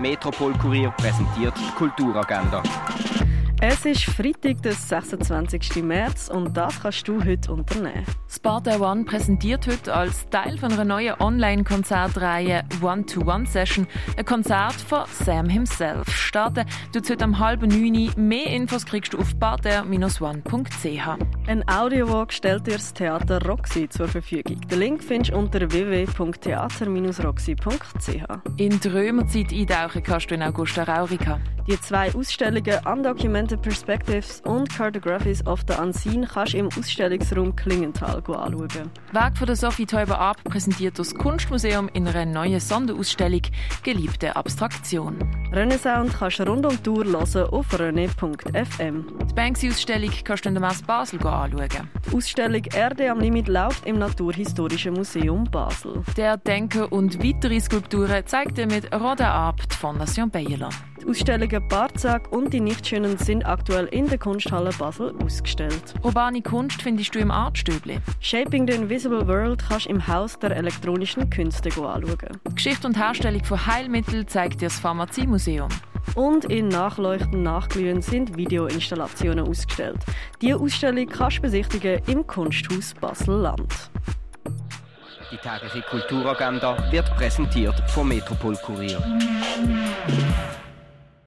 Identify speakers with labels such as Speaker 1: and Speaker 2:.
Speaker 1: Metropol Kurier präsentiert die Kulturagenda.
Speaker 2: Es ist Freitag, der 26. März und das kannst du heute unternehmen.
Speaker 3: Sparta One präsentiert heute als Teil von einer neuen Online-Konzertreihe One-to-One-Session ein Konzert von Sam himself. Starten tut heute um 8:30. Mehr Infos kriegst du auf parterre-one.ch.
Speaker 2: Ein Audiowalk stellt dir das Theater Roxy zur Verfügung. Den Link findest du unter www.theater-roxy.ch.
Speaker 3: In die Römerzeit eintauchen kannst du in Augusta Raurica.
Speaker 2: Die 2 Ausstellungen Undocumented Perspectives und Cartographies of the Unseen kannst du im Ausstellungsraum Klingenthal anschauen.
Speaker 3: Weg von der Sophie Teuber ab präsentiert das Kunstmuseum in einer neuen Sonderausstellung «Geliebte Abstraktion».
Speaker 2: Renaissance kannst du rund um die Tour hören auf rene.fm.
Speaker 3: Die Banksy-Ausstellung kannst du in der Messe Basel anschauen.
Speaker 2: Die Ausstellung «Erde am Limit» läuft im Naturhistorischen Museum Basel.
Speaker 3: Der Denker und weitere Skulpturen zeigt dir mit Rodin ab die Fondation Bayerland.
Speaker 2: Die Ausstellungen Barzak und die Nichtschönen sind aktuell in der Kunsthalle Basel ausgestellt.
Speaker 3: Urbane Kunst findest du im Artstübli.
Speaker 2: «Shaping the Invisible World» kannst du im Haus der elektronischen Künste anschauen.
Speaker 3: Die Geschichte und Herstellung von Heilmitteln zeigt dir das Pharmaziemuseum.
Speaker 2: Und in Nachleuchten, Nachglühen sind Videoinstallationen ausgestellt. Diese Ausstellung kannst du besichtigen im Kunsthaus Basel-Land.
Speaker 1: Die tägliche Kulturagenda wird präsentiert vom Metropol Kurier.